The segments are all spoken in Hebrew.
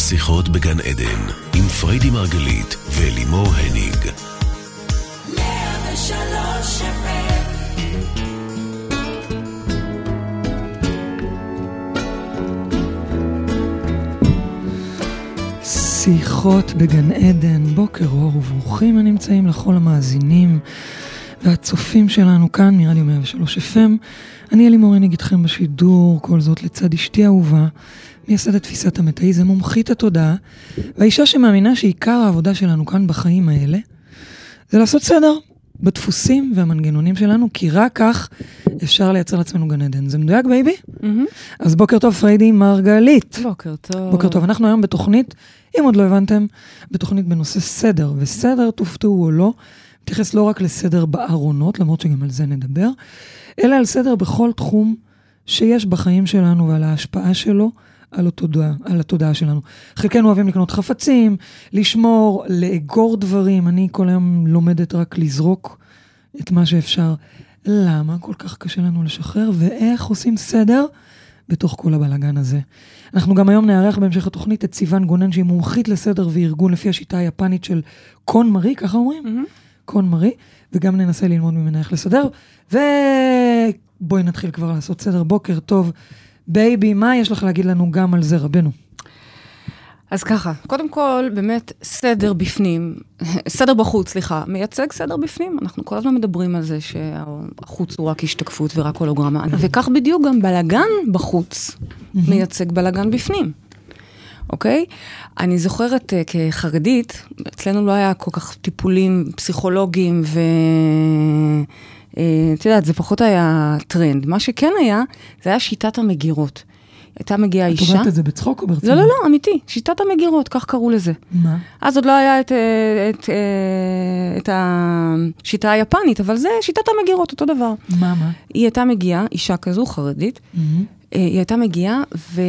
שיחות בגן עדן, עם פריידי מרגלית ולימור הניג. 103 שיחות בגן עדן, בוקר אור וברוכים הנמצאים לכל המאזינים והצופים שלנו כאן, מרדיו 103 FM. אני לימור הניג איתכם בשידור, כל זאת לצד אשתי אהובה, מייסדת תפיסת המטאיזם, מומחית התודעה, והאישה שמאמינה שעיקר העבודה שלנו כאן בחיים האלה, זה לעשות סדר בדפוסים והמנגנונים שלנו, כי רק כך אפשר לייצר לעצמנו גן עדן. זה מדויק, בייבי? אז בוקר טוב, פריידי מרגלית. בוקר טוב. בוקר טוב. אנחנו היום בתוכנית, אם עוד לא הבנתם, בתוכנית בנושא סדר, וסדר, תופתעו או לא, מתייחס לא רק לסדר בארונות, למרות שגם על זה נדבר, אלא על סדר בכל תחום שיש בחיים שלנו ועל ההשפעה שלו על התודעה שלנו. חלקנו אוהבים לקנות חפצים, לשמור, לאגור דברים. אני כל היום לומדת רק לזרוק את מה שאפשר. למה כל כך קשה לנו לשחרר, ואיך עושים סדר בתוך כל הבלגן הזה. אנחנו גם היום נערך בהמשך התוכנית את סיוון גונן, שהיא מומחית לסדר וארגון לפי השיטה היפנית של קון מרי, ככה אומרים? קון מרי, וגם ננסה ללמוד ממנה איך לסדר. ובואי נתחיל כבר לעשות סדר. בוקר טוב. בייבי, מה יש לך להגיד לנו גם על זה, רבנו? אז ככה, קודם כל, באמת, סדר בפנים, סדר בחוץ, סליחה, מייצג סדר בפנים. אנחנו כל הזמן מדברים על זה שהחוץ הוא רק השתקפות ורק הולוגרמה, וכך בדיוק גם בלגן בחוץ מייצג בלגן בפנים. אוקיי? אני זוכרת כחרדית, אצלנו לא היה כל כך טיפולים פסיכולוגיים את יודעת, זה פחות היה טרנד. מה שכן היה, זה היה שיטת המגירות. הייתה מגיעה אישה. את אומרת את זה בצחוק או ברצינות? לא, לא, לא, אמיתי. שיטת המגירות, כך קראו לזה. מה? אז עוד לא היה את השיטה היפנית, אבל זה שיטת המגירות, אותו דבר. מה? היא הייתה מגיעה, אישה כזו, חרדית, היא הייתה מגיעה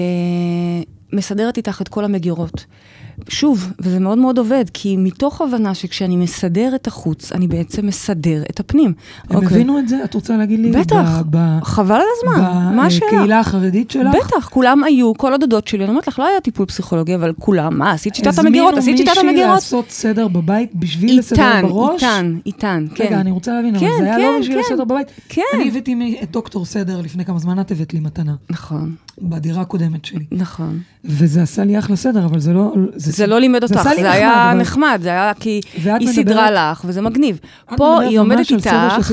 ומסדרת איתך את כל המגירות. שוב, וזה מאוד מאוד עובד, כי מתוך הבנה שכשאני מסדר את החוץ, אני בעצם מסדר את הפנים. הם הבינו את זה? את רוצה להגיד לי? בטח, חבל על הזמן. מה השאלה? בקהילה החרדית שלך? בטח, כולם היו, כל הדודות שלי, אני אומרת לך, לא היה טיפול פסיכולוגי, אבל כולם, מה, עשית שיטת המגירות, עשית שיטת המגירות. הזמינו מישהי לעשות סדר בבית בשביל לסדר בראש? איתן, כן. רגע, אני רוצה להבין, אבל זה היה לא בשביל לסדר בבית? כן. אני הבאתי את דוקטור סדר לפני כמה זמן, את הבאת לי מתנה. נכון. בדירה הקודמת שלי. נכון. וזה עשה לי אחלה סדר, אבל זה לא... זה לא לימד אותך, זה היה נחמד, זה היה כי היא סדרה לך, וזה מגניב. פה היא עומדת איתך,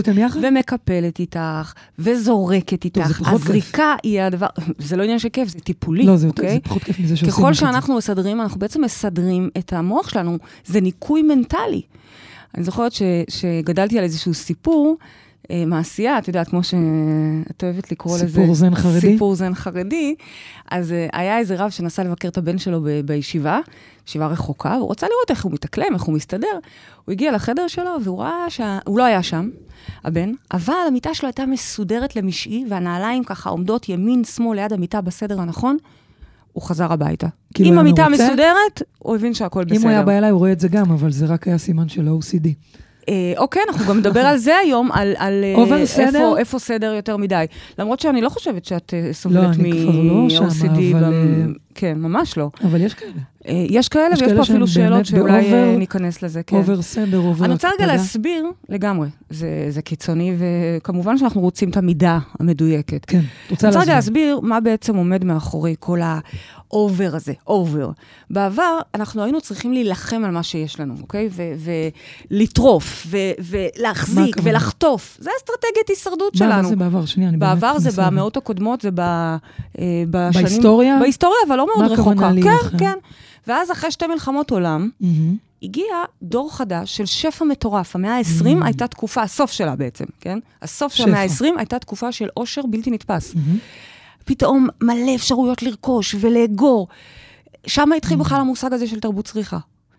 ומקפלת איתך, וזורקת איתך. הזריקה היא הדבר, זה לא עניין של כיף, זה טיפולי. לא, זה פחות כיף מזה שעושים. ככל שאנחנו מסדרים, אנחנו בעצם מסדרים את המוח שלנו, זה ניקוי מנטלי. אני זוכרת שגדלתי על איזשהו סיפור, מעשייה, את יודעת, כמו שאת אוהבת לקרוא לזה... סיפור זן חרדי? סיפור זן חרדי. אז היה איזה רב שנסע לבקר את הבן שלו בישיבה, ישיבה רחוקה, והוא רוצה לראות איך הוא מתאקלם, איך הוא מסתדר. הוא הגיע לחדר שלו, והוא ראה הוא לא היה שם, הבן, אבל המיטה שלו הייתה מסודרת למשעי, והנעליים ככה עומדות ימין, שמאל, ליד המיטה בסדר הנכון, הוא חזר הביתה. אם המיטה מסודרת, הוא הבין שהכל בסדר. אם הוא היה בא אליי, הוא רואה את זה גם, אבל זה רק היה סימן של OCD. אוקיי, אנחנו גם נדבר על זה היום, על איפה סדר יותר מדי. למרות שאני לא חושבת שאת סובלת מ-OCD. כן, ממש לא. אבל יש כאלה. יש כאלה, ויש פה אפילו שאלות שאולי ניכנס לזה. אובר סדר, אובר הקפדה. אני רוצה רגע להסביר לגמרי. זה קיצוני, וכמובן שאנחנו רוצים את המידה המדויקת. כן, רוצה רגע להסביר מה בעצם עומד מאחורי כל האובר הזה, אובר. בעבר, אנחנו היינו צריכים להילחם על מה שיש לנו, אוקיי? ולטרוף, ולהחזיק, ולחטוף. זה אסטרטגיית הישרדות שלנו. מה זה בעבר? שנייה, אני באמת בעבר זה במאות הקודמות, זה בהיסטוריה? בהיסטוריה, אבל לא מאוד רחוקה. כן, כן. ואז אחרי 2 מלחמות עולם, הגיע דור חדש של שפע מטורף. המאה ה-20 הייתה תקופה, הסוף שלה בעצם, כן? הסוף של המאה ה-20 הייתה תקופה של עושר בלתי נתפס. פתאום מלא אפשרויות לרכוש ולאגור. שם התחיל בכלל המושג הזה של תרבות צריכה.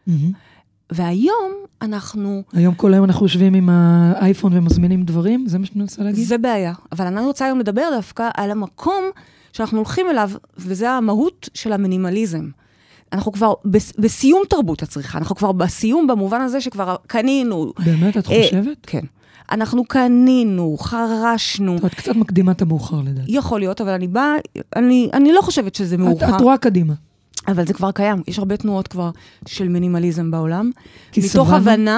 והיום אנחנו... היום כל היום אנחנו יושבים עם האייפון ומזמינים דברים? זה מה שאתה מנסה להגיד? זה בעיה. אבל אני רוצה היום לדבר דווקא על המקום שאנחנו הולכים אליו, וזה המהות של המינימליזם. אנחנו כבר בסיום תרבות הצריכה, אנחנו כבר בסיום במובן הזה שכבר קנינו. באמת, את חושבת? כן. אנחנו קנינו, חרשנו. את קצת מקדימה את המאוחר לדעת. יכול להיות, אבל אני לא חושבת שזה מאוחר. את רואה קדימה. אבל זה כבר קיים. יש הרבה תנועות כבר של מינימליזם בעולם. מתוך הבנה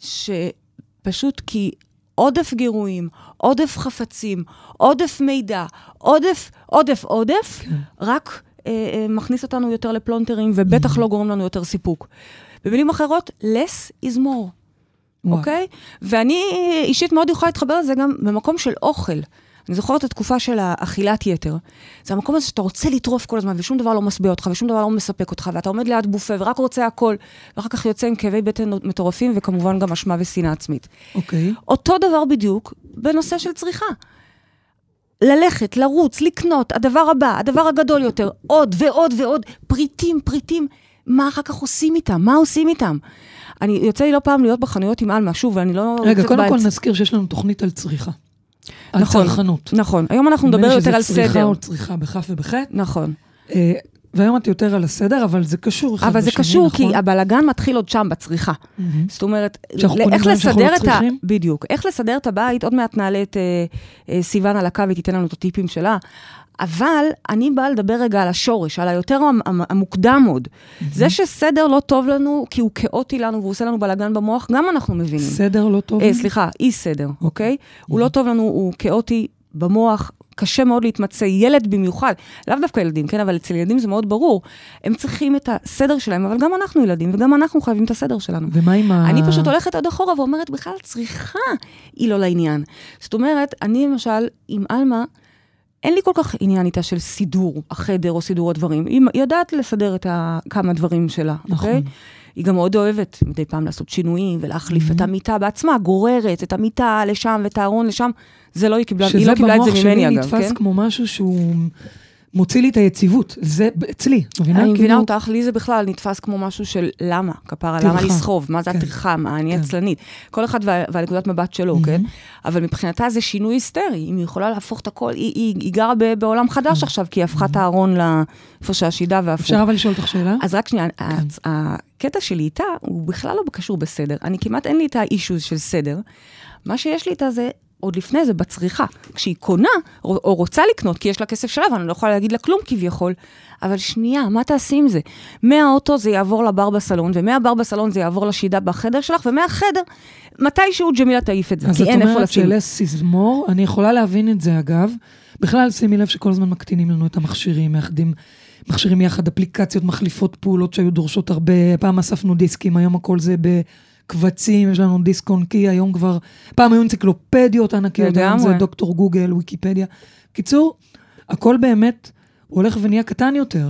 שפשוט כי עודף גירויים, עודף חפצים, עודף מידע, עודף, רק מכניס אותנו יותר לפלונטרים, ובטח לא גורם לנו יותר סיפוק. במילים אחרות, less is more. אוקיי? ואני אישית מאוד יכולה להתחבר לזה גם במקום של אוכל. אני זוכרת את התקופה של האכילת יתר. זה המקום הזה שאתה רוצה לטרוף כל הזמן, ושום דבר לא משביע אותך, ושום דבר לא מספק אותך, ואתה עומד ליד בופה, ורק רוצה הכל, ואחר כך יוצא עם כאבי בטן מטורפים, וכמובן גם אשמה ושנאה עצמית. אוקיי. אותו דבר בדיוק בנושא של צריכה. ללכת, לרוץ, לקנות, הדבר הבא, הדבר הגדול יותר, עוד ועוד ועוד, פריטים, מה אחר כך עושים איתם? מה עושים איתם? אני יוצא לי לא פעם להיות בחנויות עם אלמה, שוב, ואני לא... רגע, קודם כל נזכיר שיש לנו תוכנית על צריכה. על צרכנות. נכון. היום אנחנו נדבר יותר על סדר. צריכה או צריכה בכף ובחט. נכון. והיום את יותר על הסדר, אבל זה קשור אחד בשני, אבל זה קשור, כי הבלגן מתחיל עוד שם בצריכה. זאת אומרת, איך לסדר את ה... בדיוק. איך לסדר את הבית, עוד מעט נעלה את סיוון על הקו, ותיתן לנו את הטיפים שלה. אבל אני באה לדבר רגע על השורש, על היותר המוקדם עוד. זה שסדר לא טוב לנו, כי הוא כאוטי לנו, והוא עושה לנו בלגן במוח, גם אנחנו מבינים. סדר לא טוב? סליחה, אי סדר, אוקיי? הוא לא טוב לנו, הוא כאוטי במוח, קשה מאוד להתמצא, ילד במיוחד, לאו דווקא ילדים, כן? אבל אצל ילדים זה מאוד ברור. הם צריכים את הסדר שלהם, אבל גם אנחנו ילדים, וגם אנחנו חייבים את הסדר שלנו. ומה עם אני פשוט הולכת עוד אחורה ואומרת, בכלל צריכה היא לא לעניין. זאת אומרת, אני למשל, עם אלמה, אין לי כל כך עניין איתה של סידור, החדר או סידור הדברים. היא יודעת לסדר את כמה דברים שלה, אוקיי? היא גם מאוד אוהבת מדי פעם לעשות שינויים ולהחליף את המיטה בעצמה, גוררת את המיטה לשם ואת הארון לשם. זה לא היא קיבלה, היא לא קיבלה את זה ממני אגב, כן? שזה במוח שלי נתפס כמו משהו שהוא מוציא לי את היציבות. זה אצלי. אני מבינה אותך, לי זה בכלל נתפס כמו משהו של למה, כפרה, למה לסחוב, מה זה התרחה, מה אני עצלנית. כל אחד והנקודת מבט שלו, כן? אבל מבחינתה זה שינוי היסטרי. אם היא יכולה להפוך את הכל, היא גרה בעולם חדש עכשיו, כי היא הפכה את הארון לאיפה שהשידה והפוך. אפשר אבל לשאול אותך שאלה? אז רק שנייה, הקטע שלי איתה, הוא בכלל לא קשור בסדר. אני כמעט אין לי את האישוז של סדר. מה שיש לי איתה זה עוד לפני זה בצריכה. כשהיא קונה, או רוצה לקנות, כי יש לה כסף שלה, ואני לא יכולה להגיד לה כלום כביכול, אבל שנייה, מה תעשי עם זה? מהאוטו זה יעבור לבר בסלון, ומהבר בסלון זה יעבור לשידה בחדר שלך, ומהחדר, מתישהו ג'מילה תעיף את זה, כי אין איפה לשים. אז את אומרת שלס מור, אני יכולה להבין את זה אגב, בכלל שימי לב שכל הזמן מקטינים לנו את המכשירים, מכשירים יחד, אפליקציות מחליפות פעולות שהיו דורשות הרבה, פעם אספנו דיסקים, היום הכל זה קבצים, יש לנו דיסק און-קי, היום כבר, פעם היו אנציקלופדיות ענקיות, היום זה דוקטור גוגל, ויקיפדיה. קיצור, הכל באמת הולך ונהיה קטן יותר.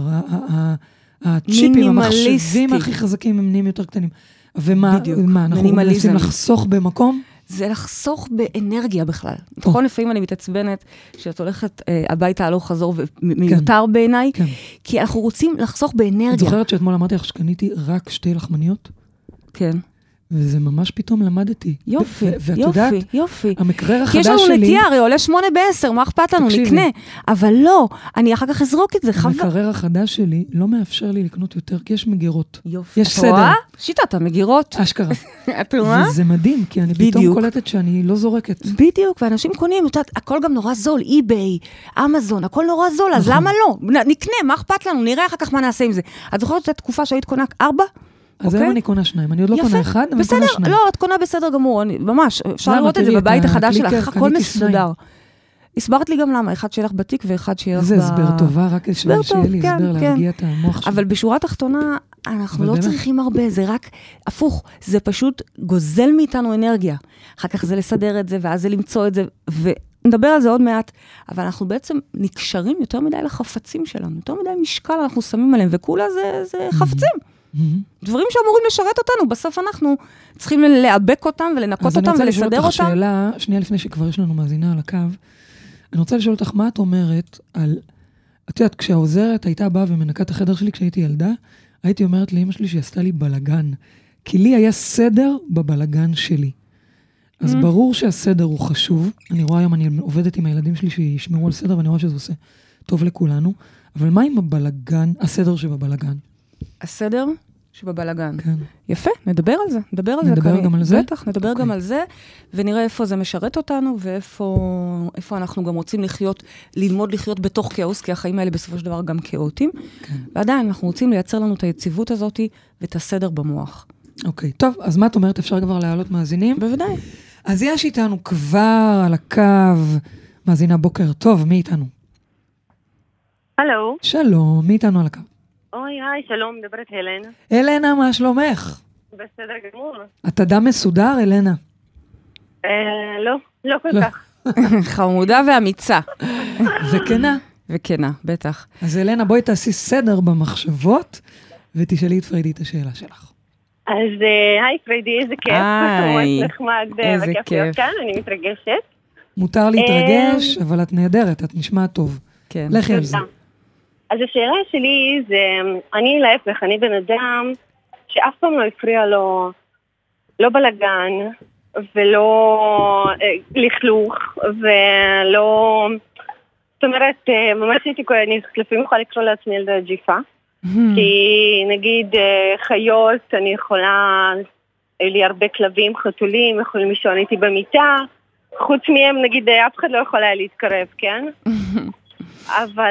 הצ'יפים, המחשבים הכי חזקים, הם נהיים יותר קטנים. ומה, אנחנו מנסים לחסוך במקום? זה לחסוך באנרגיה בכלל. נכון, לפעמים אני מתעצבנת שאת הולכת הביתה הלוך חזור ומיותר בעיניי, כי אנחנו רוצים לחסוך באנרגיה. את זוכרת שאתמול אמרתי לך שקניתי רק 2 לחמניות? כן. וזה ממש פתאום למדתי. יופי, יופי. המקרר החדש שלי... כי יש לנו נטייה, הרי עולה 8 ב-10, מה אכפת לנו? נקנה. אבל לא, אני אחר כך אזרוק את זה. המקרר החדש שלי לא מאפשר לי לקנות יותר, כי יש מגירות. יופי. יש סדר. שיטת המגירות. אשכרה. את רואה? וזה מדהים, כי אני פתאום קולטת שאני לא זורקת. בדיוק, ואנשים קונים, הכל גם נורא זול, eBay, אמזון, הכל נורא זול, אז למה לא? נקנה, מה אכפת לנו? נראה אחר כך מה נעשה עם זה. את זוכרת את התקופה שהיית קונה 4? אז היום אני קונה 2, אני עוד לא קונה 1, אני קונה 2. לא, את קונה בסדר גמור, ממש, אפשר לראות את זה בבית החדש שלך, הכל מסודר. הסברת לי גם למה, אחד שלך בתיק ואחד שלך זה הסבר טובה, רק שיהיה לי הסבר להרגיע את המוח שלי. אבל בשורה תחתונה, אנחנו לא צריכים הרבה, זה רק הפוך, זה פשוט גוזל מאיתנו אנרגיה. אחר כך זה לסדר את זה, ואז זה למצוא את זה, ונדבר על זה עוד מעט, אבל אנחנו בעצם נקשרים יותר מדי לחפצים שלנו, יותר מדי משקל אנחנו שמים עליהם, וכולה זה חפצים. דברים שאמורים לשרת אותנו, בסוף אנחנו צריכים לאבק אותם ולנקות אותם ולסדר אותם. אז אני רוצה לשאול אותך שאלה, שנייה לפני שכבר יש לנו מאזינה על הקו, אני רוצה לשאול אותך מה את אומרת על, את יודעת, כשהעוזרת הייתה באה ומנקה את החדר שלי כשהייתי ילדה, הייתי אומרת לאמא שלי שהיא עשתה לי בלגן, כי לי היה סדר בבלגן שלי. אז ברור שהסדר הוא חשוב, אני רואה היום, אני עובדת עם הילדים שלי שישמרו על סדר, ואני רואה שזה עושה טוב לכולנו, אבל מה עם הבלגן, הסדר שבבלגן? הסדר שבבלגן. כן. יפה, נדבר על זה. נדבר גם על זה? בטח, נדבר גם על זה, ונראה איפה זה משרת אותנו, ואיפה אנחנו גם רוצים ללמוד לחיות בתוך כאוס, כי החיים האלה בסופו של דבר גם כאוטים. כן. ועדיין אנחנו רוצים לייצר לנו את היציבות הזאת, ואת הסדר במוח. אוקיי, טוב, אז מה את אומרת? אפשר כבר להעלות מאזינים? בוודאי. אז יש איתנו כבר על הקו, מאזינה בוקר טוב, מי איתנו? הלו. שלום, מי איתנו על הקו? אוי, היי, שלום, מדברת הלנה. הלנה, מה שלומך? בסדר גמור. את אדם מסודר, הלנה? לא כל כך. חמודה ואמיצה. וכנה. וכנה, בטח. אז הלנה, בואי תעשי סדר במחשבות, ותשאלי את פריידי את השאלה שלך. אז היי פריידי, איזה כיף. היי, נחמד וכיף להיות כאן, אני מתרגשת. מותר להתרגש, אבל את נהדרת, את נשמעת טוב. כן. לכי על זה. אז השאלה שלי זה, אני להפך, אני בן אדם שאף פעם לא הפריע לו, לא בלגן, ולא לכלוך, ולא, זאת אומרת, ממש אני לפעמים יכולה לקרוא לעצמי ילדה ג'יפה, כי נגיד חיות, אני יכולה, היו לי הרבה כלבים, חתולים, יכולים לישון איתי במיטה, חוץ מהם נגיד אף אחד לא יכול היה להתקרב, כן? אבל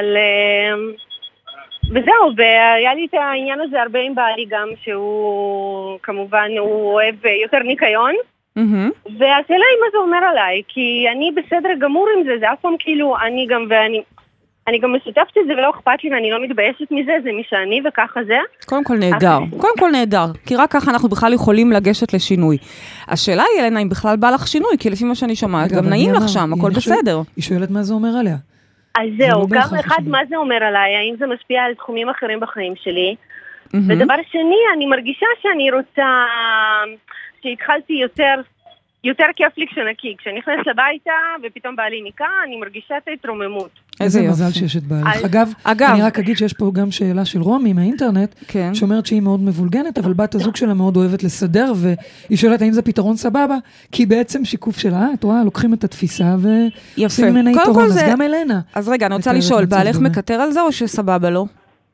וזהו, והיה לי את העניין הזה הרבה עם בעלי גם, שהוא כמובן הוא אוהב יותר ניקיון, והשאלה היא מה זה אומר עליי, כי אני בסדר גמור עם זה, זה אף פעם כאילו אני גם משתפת את זה ולא אכפת לי ואני לא מתביישת מזה, זה מי שאני וככה זה. קודם כל נהדר, כי רק ככה אנחנו בכלל יכולים לגשת לשינוי. השאלה היא, אלנה, אם בכלל בא לך שינוי, כי לפי מה שאני שומעת, גם נעים לך שם, הכל בסדר. היא שואלת מה זה אומר עליה. אז זהו, גם אחד מה זה אומר עליי, האם זה משפיע על תחומים אחרים בחיים שלי, ודבר שני, אני מרגישה שאני רוצה, שהתחלתי יותר כיף לי כשנקי, כשאני נכנסת לביתה ופתאום בעלי ניקה, אני מרגישה את ההתרוממות. איזה מזל שיש את בעלך. אגב, אני רק אגיד שיש פה גם שאלה של רומי מהאינטרנט, שאומרת שהיא מאוד מבולגנת, אבל בת הזוג שלה מאוד אוהבת לסדר, והיא שואלת האם זה פתרון סבבה, כי בעצם שיקוף שלה, את רואה, לוקחים את התפיסה ועושים ממנה יתרון, אז גם אלנה. אז רגע, אני רוצה לשאול, בעלך מקטר על זה או שסבבה לו?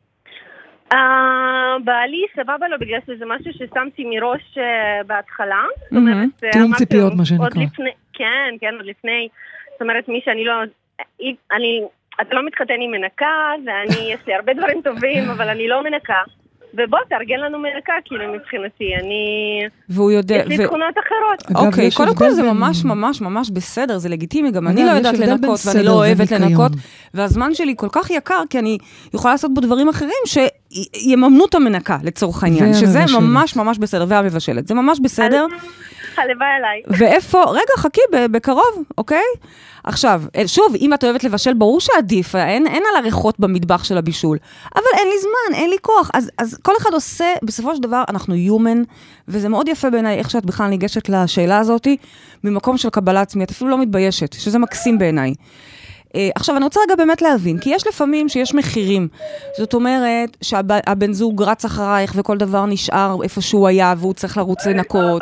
בעלי סבבה לו בגלל שזה משהו ששמתי מראש בהתחלה. תיאום ציפיות מה שנקרא. כן, עוד לפני. זאת אומרת, מי שאני לא... אתה לא מתחתן עם מנקה, יש לי הרבה דברים טובים, אבל אני לא מנקה. ובוא, תארגן לנו מנקה, כאילו מבחינתי, והוא יודע... יש לי תכונות אחרות. אוקיי, קודם כל זה ממש ממש ממש בסדר, זה לגיטימי, גם אני לא יודעת לנקות, ואני לא אוהבת לנקות, והזמן שלי כל כך יקר, כי אני יכולה לעשות בו דברים אחרים, שיממנו את המנקה, לצורך העניין, שזה ממש ממש בסדר, והמבשלת, זה ממש בסדר. הלוואי עליי. ואיפה, רגע, חכי, בקרוב, אוקיי? עכשיו, שוב, אם את אוהבת לבשל, ברור שעדיף, אין על הריחות במטבח של הבישול, אבל אין לי זמן, אין לי כוח, אז כל אחד עושה, בסופו של דבר, אנחנו human, וזה מאוד יפה בעיניי, איך שאת בכלל ניגשת לשאלה הזאת, ממקום של קבלה עצמי, את אפילו לא מתביישת, שזה מקסים בעיניי. עכשיו, אני רוצה רגע באמת להבין, כי יש לפעמים שיש מחירים, זאת אומרת שהבן זוג רץ אחרייך וכל דבר נשאר איפה שהוא היה, והוא צריך לרוץ לנקות.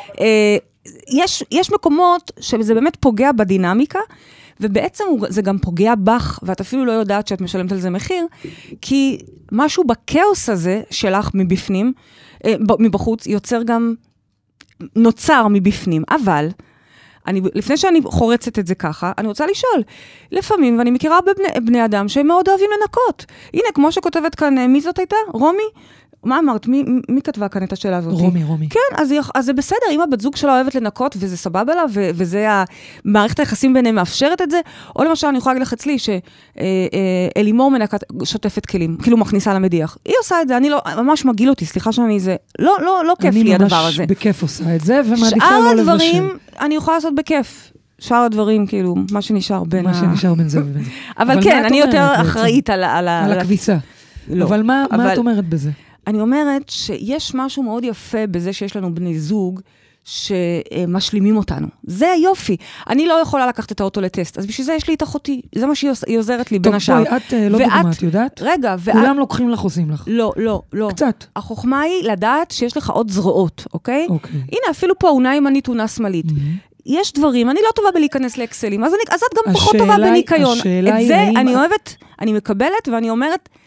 יש מקומות שזה באמת פוגע בדינמיקה, ובעצם זה גם פוגע בך, ואת אפילו לא יודעת שאת משלמת על זה מחיר, כי משהו בקאוס הזה שלך מבפנים, מבחוץ, נוצר מבפנים, אבל... לפני שאני חורצת את זה ככה, אני רוצה לשאול, לפעמים, ואני מכירה בני אדם שהם מאוד אוהבים לנקות. הנה, כמו שכותבת כאן, מי זאת הייתה? רומי? מה אמרת? מי כתבה כאן את השאלה הזאת? רומי. כן, אז זה בסדר, אם הבת זוג שלה אוהבת לנקות, וזה סבבה לה, וזה מערכת היחסים ביניהם מאפשרת את זה, או למשל, אני יכולה להגיד לך אצלי, שאלימור מנקת שוטפת כלים, כאילו מכניסה למדיח. היא עושה את זה, אני לא, ממש מגיל אותי, סליחה שאני זה, לא כיף לי הדבר הזה. אני ממש בכיף עושה את זה, ומעדיפה לא לבשל. שאר הדברים, אני יכולה לעשות בכיף. שאר הדברים, כאילו, מה שנשאר בין זה ובין זה. אבל כן, אני יותר אחראית על הכביסה. אבל מה את אומרת בזה? אני אומרת שיש משהו מאוד יפה בזה שיש לנו בני זוג שמשלימים אותנו. זה היופי. אני לא יכולה לקחת את האוטו לטסט, אז בשביל זה יש לי את אחותי. זה מה שהיא עוזרת לי בין השאר. טוב, את לא דוגמה, את יודעת? רגע, כולם לוקחים לך, עושים לך. לא. קצת. החוכמה היא לדעת שיש לך עוד זרועות, אוקיי? הנה, אפילו פה אונה ימנית, אונה שמאלית. יש דברים, אני לא טובה בלהיכנס לאקסלים, אז את גם פחות טובה בניקיון. את זה אני אוהבת, אני מקבלת, ואני אומרת,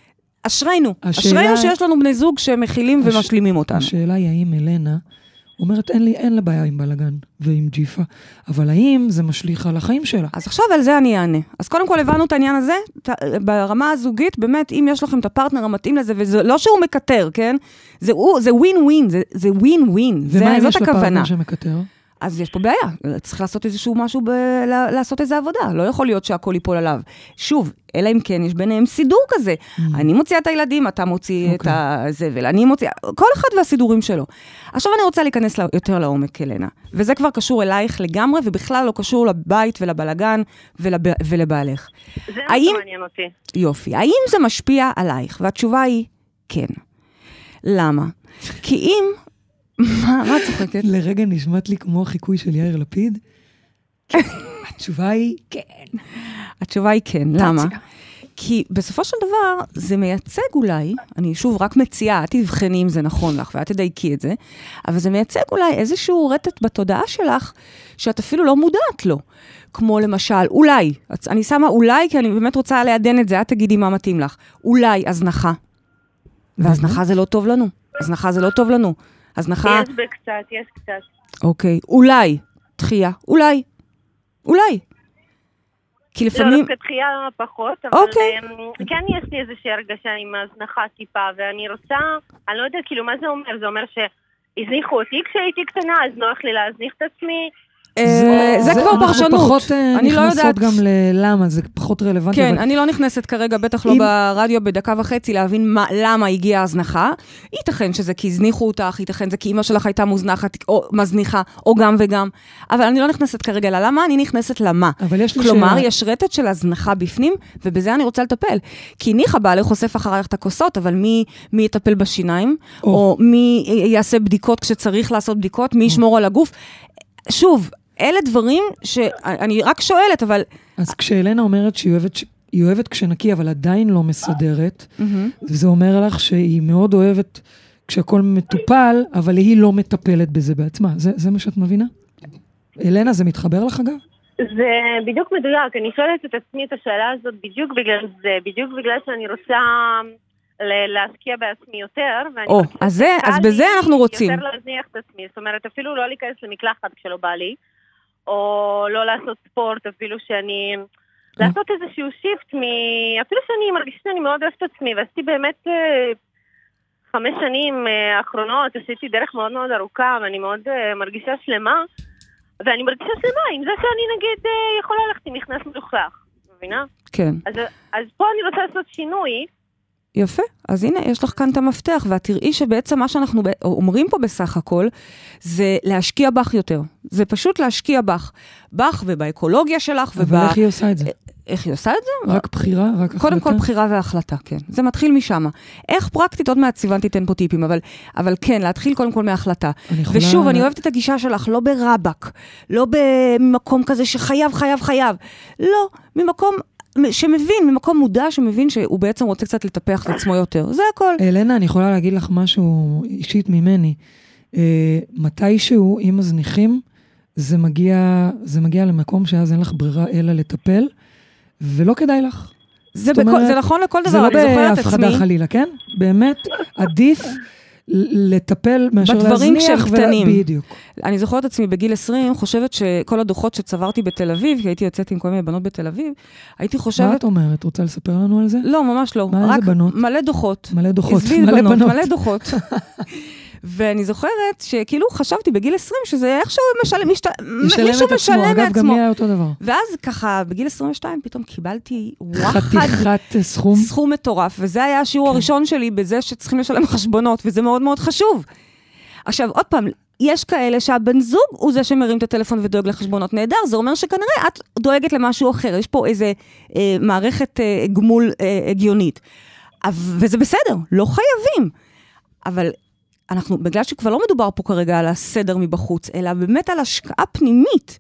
אשרינו שיש לנו בני זוג שמכילים ומשלימים אותנו. השאלה היא האם אלנה אומרת, אין לה בעיה עם בלגן ועם ג'יפה, אבל האם זה משליך על החיים שלה? אז עכשיו על זה אני אענה. אז קודם כל הבנו את העניין הזה, ברמה הזוגית, באמת, אם יש לכם את הפרטנר המתאים לזה, וזה לא שהוא מקטר, כן? זה ווין ווין, זה ווין ווין. ומה אם יש לה פרטנר שמקטר? אז יש פה בעיה, צריך לעשות איזשהו משהו, לעשות איזו עבודה, לא יכול להיות שהכל ייפול עליו. שוב, אלא אם כן, יש ביניהם סידור כזה. אני מוציאה את הילדים, אתה מוציא את הזבל, אני מוציאה, כל אחד והסידורים שלו. עכשיו אני רוצה להיכנס יותר לעומק, אלנה, וזה כבר קשור אלייך לגמרי, ובכלל לא קשור לבית ולבלגן ולבעלך. זה מה שמעניין אותי. יופי, האם זה משפיע עלייך? והתשובה היא כן. למה? כי אם מה צוחקת? לרגע נשמעת לי כמו החיקוי של יאיר לפיד. התשובה היא כן. התשובה היא כן, למה? כי בסופו של דבר זה מייצג אולי, אני שוב רק מציעה, את תבחני אם זה נכון לך ואת תדייקי את זה, אבל זה מייצג אולי איזשהו רטט בתודעה שלך שאת אפילו לא מודעת לו. כמו למשל, אולי, אני שמה אולי כי אני באמת רוצה לעדן את זה, את תגידי מה מתאים לך. אולי הזנחה. והזנחה זה לא טוב לנו. הזנחה זה לא טוב לנו. הזנחה... יש בקצת, יש קצת. אוקיי, אולי, דחייה, אולי. כי לפעמים... לא, דווקא דחייה פחות, אבל כן יש לי איזושהי הרגשה עם הזנחה טיפה, ואני רוצה, אני לא יודע כאילו מה זה אומר, זה אומר שהזניחו אותי כשהייתי קטנה, אז נוח לי להזניח את עצמי. זה כבר פרשנות. אנחנו פחות נכנסות גם ללמה, זה פחות רלוונטי. כן, אני לא נכנסת כרגע, בטח לא ברדיו בדקה וחצי, להבין למה הגיעה הזנחה. ייתכן שזה כי הזניחו אותך, ייתכן זה כי אמא שלך הייתה מוזנחת או מזניחה, או גם וגם. אבל אני לא נכנסת כרגע ללמה, אני נכנסת למה. כלומר, יש רטט של הזנחה בפנים, ובזה אני רוצה לטפל. כי ניחא בעלך חושף אחרייך את הכוסות, אבל מי יטפל בשיניים? או מי יעשה בדיקות כשצריך לעשות בדיקות? מי ישמור על הגוף? שוב, אלה דברים שאני רק שואלת, אבל... אז כשאלנה אומרת שהיא אוהבת כשנקי, אבל עדיין לא מסדרת, זה אומר לך שהיא מאוד אוהבת כשהכל מטופל, אבל היא לא מטפלת בזה בעצמה. זה מה שאת מבינה? אלנה, זה מתחבר לך אגב? זה בדיוק מדויק. אני שואלת את עצמי את השאלה הזאת בדיוק בגלל זה, בדיוק בגלל שאני רוצה להשקיע בעצמי יותר, אז בזה אנחנו רוצים. יותר להזניח את עצמי, זאת אומרת, אפילו לא להיכנס למקלחת כשלא בא לי, או לא לעשות ספורט, אפילו שאני... לעשות איזשהו שיפט, אפילו שאני מרגישה שאני מאוד אוהבת את עצמי, ועשיתי באמת 5 שנים האחרונות, עשיתי דרך מאוד מאוד ארוכה, ואני מאוד מרגישה שלמה, ואני מרגישה שלמה עם זה שאני נגיד יכולה ללכת עם נכנס מלוכלך, מבינה? כן. אז פה אני רוצה לעשות שינוי, יפה, אז הנה, יש לך כאן את המפתח, ואת תראי שבעצם מה שאנחנו אומרים פה בסך הכל, זה להשקיע בך יותר. זה פשוט להשקיע בך ובאקולוגיה שלך. אבל איך היא עושה את זה? איך היא עושה את זה? רק בחירה, רק החלטה? קודם כל בחירה והחלטה, כן. זה מתחיל משם. איך פרקטית, עוד מעט סיוון תיתן פה טיפים, אבל כן, להתחיל קודם כל מההחלטה. ושוב, אני אוהבת את הגישה שלך, לא ברבק, לא במקום כזה שחייב, לא, ממקום... שמבין, ממקום מודע שמבין שהוא בעצם רוצה קצת לטפח את עצמו יותר. זה הכל. אלנה, אני יכולה להגיד לך משהו אישית ממני. מתישהו, אם מזניחים, זה מגיע למקום שאז אין לך ברירה אלא לטפל, ולא כדאי לך. זה נכון לכל דבר. זה לא בהפחדה חלילה, כן? באמת, עדיף לטפל מאשר להזניח. בדברים שהם קטנים. בדיוק. אני זוכרת עצמי בגיל 20, חושבת שכל הדוחות שצברתי בתל אביב, כי הייתי יוצאת עם כל מיני בנות בתל אביב, הייתי חושבת... מה את אומרת? רוצה לספר לנו על זה? לא, ממש לא. מה איזה בנות? מלא דוחות. מלא בנות. מלא דוחות. ואני זוכרת שכאילו חשבתי בגיל 20 שזה איכשהו מישהו משלם מעצמו. אגב, גם היה אותו דבר. ואז ככה, בגיל 22 פתאום קיבלתי חתיכת סכום מטורף, וזה היה השיעור הראשון שלי בזה שצריכים לשלם חשבונות, וזה מאוד מאוד חשוב. עכשיו, עוד פעם, יש כאלה שהבן זוג הוא זה שמרים את הטלפון ודואג לחשבונות נהדר, זה אומר שכנראה את דואגת למשהו אחר, יש פה איזה מערכת גמול הגיונית. וזה בסדר, לא חייבים. אבל אנחנו, בגלל שכבר לא מדובר פה כרגע על הסדר מבחוץ, אלא באמת על השקעה פנימית,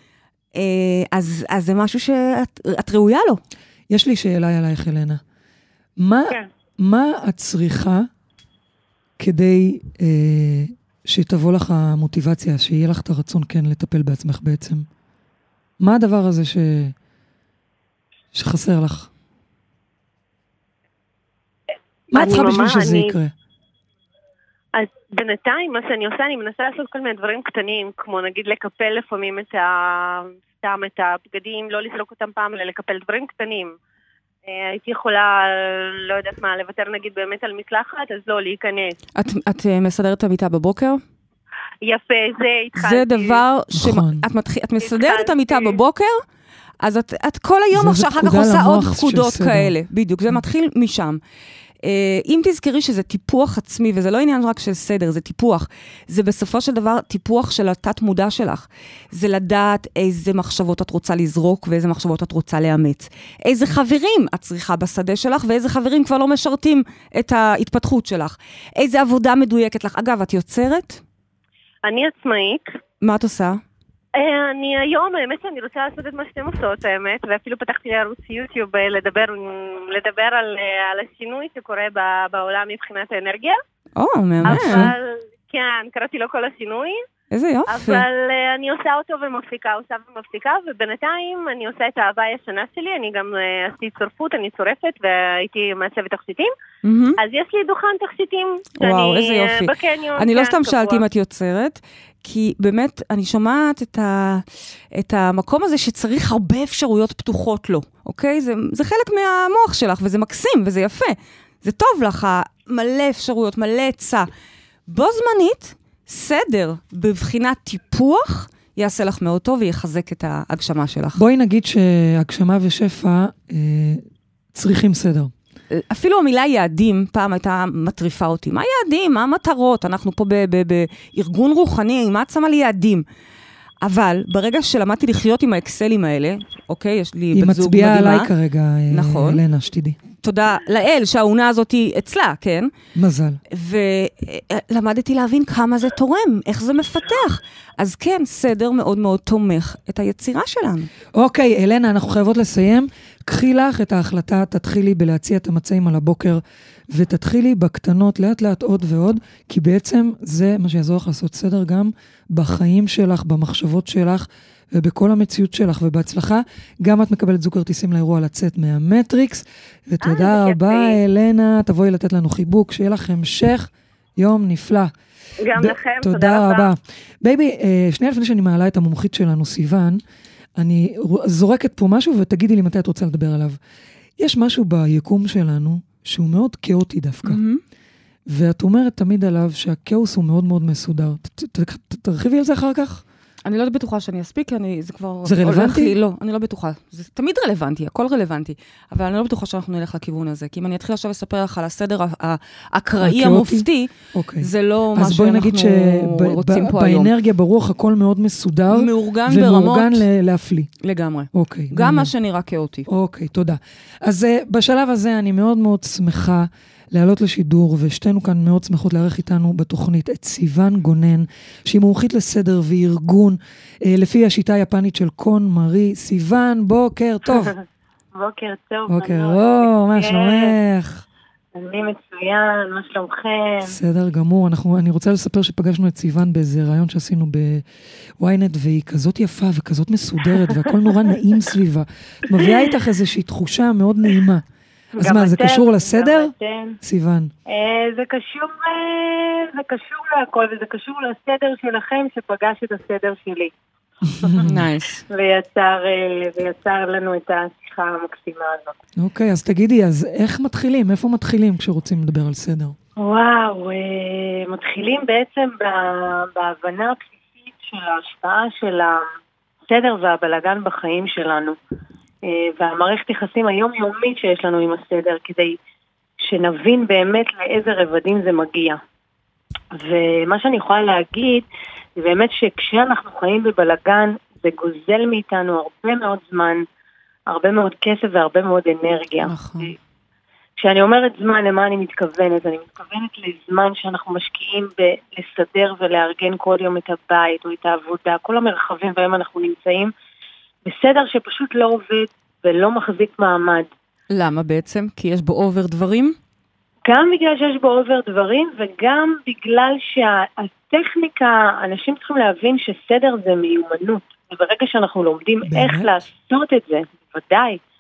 אז זה משהו שאת ראויה לו. יש לי שאלה עלייך, אלנה. מה את צריכה כדי שתבוא לך המוטיבציה, שיהיה לך את הרצון כן לטפל בעצמך בעצם? מה הדבר הזה שחסר לך? מה את צריכה בשביל שזה יקרה? אז בינתיים, מה שאני עושה, אני מנסה לעשות כל מיני דברים קטנים, כמו נגיד לקפל לפעמים סתם את הבגדים, לא לסלוק אותם פעם, אלא לקפל דברים קטנים. הייתי יכולה, לא יודעת מה, לוותר נגיד באמת על מקלחת, אז לא, להיכנס. את מסדרת את המיטה בבוקר? יפה, זה התחלתי. זה דבר את מסדרת את המיטה בבוקר, אז את כל היום אחר כך עושה עוד פקודות כאלה. בדיוק, זה מתחיל משם. אם תזכרי שזה טיפוח עצמי, וזה לא עניין רק של סדר, זה טיפוח. זה בסופו של דבר טיפוח של התת מודע שלך. זה לדעת איזה מחשבות את רוצה לזרוק, ואיזה מחשבות את רוצה לאמץ. איזה חברים את צריכה בשדה שלך, ואיזה חברים כבר לא משרתים את ההתפתחות שלך. איזה עבודה מדויקת לך. אגב, את יוצרת? אני עצמאית. מה את עושה? אני היום, האמת שאני רוצה לעשות את מה שאתם עושות, האמת, ואפילו פתחתי לערוץ יוטיוב לדבר על השינוי שקורה בעולם מבחינת האנרגיה. מהמם. אבל, כן, קראתי לו כל השינוי. איזה יופי. אבל אני עושה אותו ומפסיקה, ובינתיים אני עושה את האהבה הישנה שלי, אני גם עשיתי צורפות, אני צורפת, והייתי מעצבת תכשיטים, אז יש לי דוכן תכשיטים, וואו, איזה יופי. בקניון. אני לא סתם שאלתי אם את יוצרת, כי באמת אני שומעת את המקום הזה שצריך הרבה אפשרויות פתוחות לו, אוקיי? זה חלק מהמוח שלך, וזה מקסים, וזה יפה. זה טוב לך, מלא אפשרויות, מלא עצה. בו זמנית, סדר בבחינת טיפוח יעשה לך מאוד טוב ויחזק את ההגשמה שלך. בואי נגיד שהגשמה ושפע צריכים סדר. אפילו המילה יעדים פעם הייתה מטריפה אותי. מה יעדים? מה המטרות? אנחנו פה בארגון רוחני, מה את שמה לי יעדים? אבל ברגע שלמדתי לחיות עם האקסלים האלה, אוקיי, יש לי בת זוג מדהימה. היא מצביעה עליי כרגע, נכון. אלנה, שתדעי. תודה לאל שהעונה הזאת היא אצלה, כן? מזל. ולמדתי להבין כמה זה תורם, איך זה מפתח. אז כן, סדר מאוד מאוד תומך את היצירה שלנו. אוקיי, אלנה, אנחנו חייבות לסיים. קחי לך את ההחלטה, תתחילי בלהציע את המצעים על הבוקר, ותתחילי בקטנות לאט לאט עוד ועוד, כי בעצם זה מה שיעזור לך לעשות סדר גם בחיים שלך, במחשבות שלך, ובכל המציאות שלך, ובהצלחה. גם את מקבלת זוג כרטיסים לאירוע לצאת מהמטריקס, ותודה רבה, אלנה, תבואי לתת לנו חיבוק, שיהיה לך המשך יום נפלא. גם לכם, תודה רבה. בייבי, שנייה לפני שאני מעלה את המומחית שלנו, סיוון, אני זורקת פה משהו, ותגידי לי מתי את רוצה לדבר עליו. יש משהו ביקום שלנו, שהוא מאוד כאוטי דווקא. ואת אומרת תמיד עליו שהכאוס הוא מאוד מאוד מסודר. תרחיבי על זה אחר כך? אני לא בטוחה שאני אספיק, זה כבר... זה רלוונטי? לא, אני לא בטוחה. זה תמיד רלוונטי, הכל רלוונטי. אבל אני לא בטוחה שאנחנו נלך לכיוון הזה. כי אם אני אתחיל עכשיו לספר לך על הסדר האקראי המופתי, זה לא מה שאנחנו רוצים פה היום. באנרגיה, ברוח, הכל מאוד מסודר. מאורגן ברמות. ומאורגן להפליא. לגמרי. אוקיי. גם מה שנראה כאותי. אוקיי, תודה. אז בשלב הזה אני מאוד מאוד שמחה לעלות לשידור, ושתינו כאן מאוד שמחות לערך איתנו בתוכנית את סיוון גונן, שהיא מומחית לסדר וארגון, לפי השיטה היפנית של קון מרי. סיוון, בוקר טוב. בוקר טוב. בוקר, מה שלומך? אני מצוין, מה שלומכם? בסדר גמור, אני רוצה לספר שפגשנו את סיוון באיזה רעיון שעשינו בוויינט, והיא כזאת יפה וכזאת מסודרת, והכל נורא נעים סביבה. את מביאה איתך איזושהי תחושה מאוד נעימה. אז מה, זה קשור לסדר? סיוון. זה קשור להכל, וזה קשור לסדר שלכם שפגש את הסדר שלי. נייס. ויצר לנו את השיחה המקסימה הזאת. אוקיי, אז תגידי, אז איך מתחילים? איפה מתחילים כשרוצים לדבר על סדר? וואו, מתחילים בעצם בהבנה הבסיסית של ההשפעה של הסדר והבלגן בחיים שלנו. והמערכת יחסים היומיומית שיש לנו עם הסדר, כדי שנבין באמת לאיזה רבדים זה מגיע. ומה שאני יכולה להגיד, זה באמת שכשאנחנו חיים בבלגן, זה גוזל מאיתנו הרבה מאוד זמן, הרבה מאוד כסף והרבה מאוד אנרגיה. נכון. כשאני אומרת זמן, למה אני מתכוונת? אני מתכוונת לזמן שאנחנו משקיעים בלסדר ולארגן כל יום את הבית או את העבודה, כל המרחבים בהם אנחנו נמצאים, בסדר שפשוט לא עובד ולא מחזיק מעמד. למה בעצם? כי יש בו אובר דברים? גם בגלל שיש בו אובר דברים, וגם בגלל שהטכניקה, אנשים צריכים להבין שסדר זה מיומנות. וברגע שאנחנו לומדים איך לעשות את זה, בוודאי,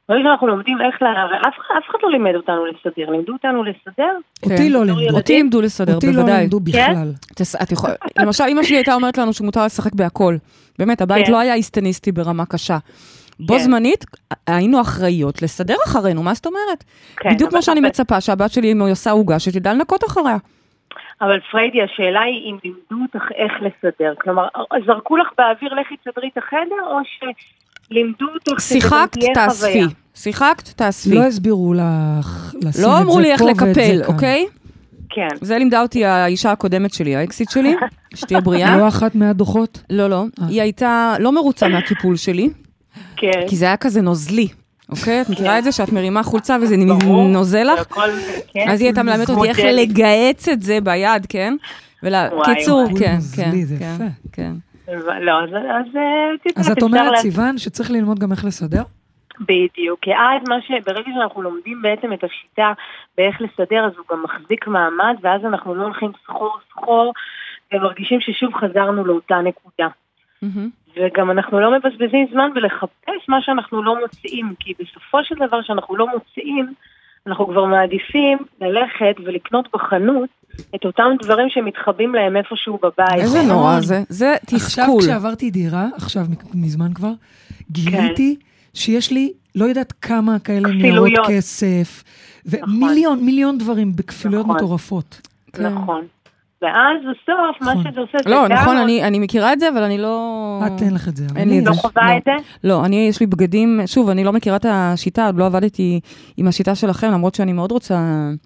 ברגע שאנחנו לומדים איך אף אחד לא לימד אותנו לסדר, לימדו אותנו לסדר. אותי לא לימדו. אותי לימדו לסדר, אותי לא בוודאי. לימדו בכלל. למשל, אמא שלי הייתה אומרת לנו שמותר לשחק בהכל. באמת, הבית לא היה איסטניסטי ברמה קשה. בו זמנית, היינו אחראיות לסדר אחרינו, מה זאת אומרת? בדיוק כמו שאני מצפה, שהבת שלי, אם היא עושה עוגה, שתדע לנקות אחריה. אבל פריידי, השאלה היא אם לימדו אותך איך לסדר. כלומר, זרקו לך באוויר, לכי תסדרי את החדר, או לימדו אותך שיחקת, תאספי. שיחקת, תאספי. לא הסבירו לך לשים את זה פה לא אמרו לי איך ואת זה לקפל, כאן. אוקיי? כן. זה לימדה אותי האישה הקודמת שלי, האקסיט שלי, שתהיה בריאה. לא אחת מהדוחות? לא. היא הייתה לא מרוצה מהקיפול שלי, כן. כי זה היה כזה נוזלי. אוקיי? את מכירה את זה שאת מרימה חולצה וזה נוזל לך? אז היא הייתה מלמדת אותי איך לגעץ את זה ביד, כן? קיצור, כן. זה יפה. לא, אז את אומרת, סיוון, שצריך ללמוד גם איך לסדר? בדיוק, כי אז ברגע שאנחנו לומדים בעצם את השיטה באיך לסדר, אז הוא גם מחזיק מעמד, ואז אנחנו לא הולכים סחור, ומרגישים ששוב חזרנו לאותה נקודה. וגם אנחנו לא מבזבזים זמן ולחפש מה שאנחנו לא מוצאים, כי בסופו של דבר שאנחנו לא מוצאים, אנחנו כבר מעדיפים ללכת ולקנות בחנות את אותם דברים שמתחבים להם איפשהו בבית. איזה נורא זה תסכול. עכשיו כשעברתי דירה, עכשיו מזמן כבר, גיליתי שיש לי, לא יודעת כמה כאלה ניירות כסף, ומיליון דברים בכפילויות מטורפות. נכון. ואז בסוף, מה שזה עושה זה לא, נכון, אני מכירה את זה, אבל אני לא... את אין לך את זה. אני לא חווה את זה? לא, יש לי בגדים, שוב, אני לא מכירה את השיטה, עוד לא עבדתי עם השיטה שלכם, למרות שאני מאוד רוצה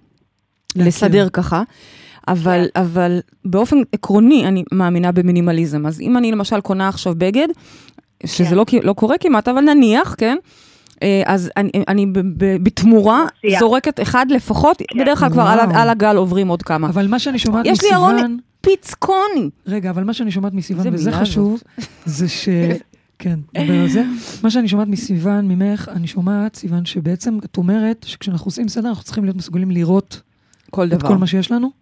לסדר ככה, אבל באופן עקרוני אני מאמינה במינימליזם. אז אם אני למשל קונה עכשיו בגד, שזה לא קורה כמעט, אבל נניח, כן? אז אני בתמורה זורקת אחד לפחות, בדרך כלל כבר על הגל עוברים עוד כמה. אבל מה שאני שומעת מסיוון... יש לי ארון פיצקוני. רגע, אבל מה שאני שומעת מסיוון, וזה חשוב, זה ש... כן, דבר על זה. מה שאני שומעת מסיוון, ממך, אני שומעת, סיוון, שבעצם את אומרת שכשאנחנו עושים סדר, אנחנו צריכים להיות מסוגלים לראות את כל מה שיש לנו?